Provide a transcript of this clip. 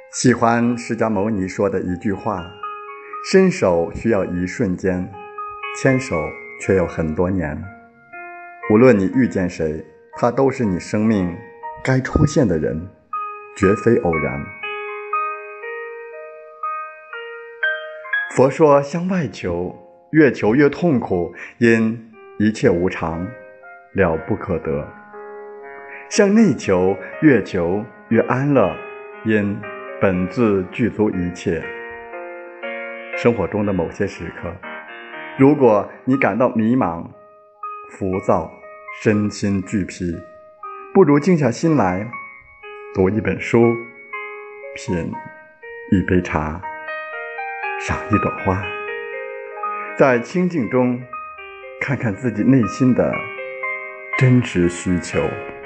喜欢释迦牟尼说的一句话：伸手需要一瞬间，牵手却要很多年。无论你遇见谁，他都是你生命该出现的人，绝非偶然。佛说向外求，越求越痛苦，因一切无常，了不可得；向内求，越求越安乐，因本自具足一切。生活中的某些时刻，如果你感到迷茫、浮躁、身心俱疲，不如静下心来，读一本书，品一杯茶，赏一朵花，在清静中看看自己内心的真实需求。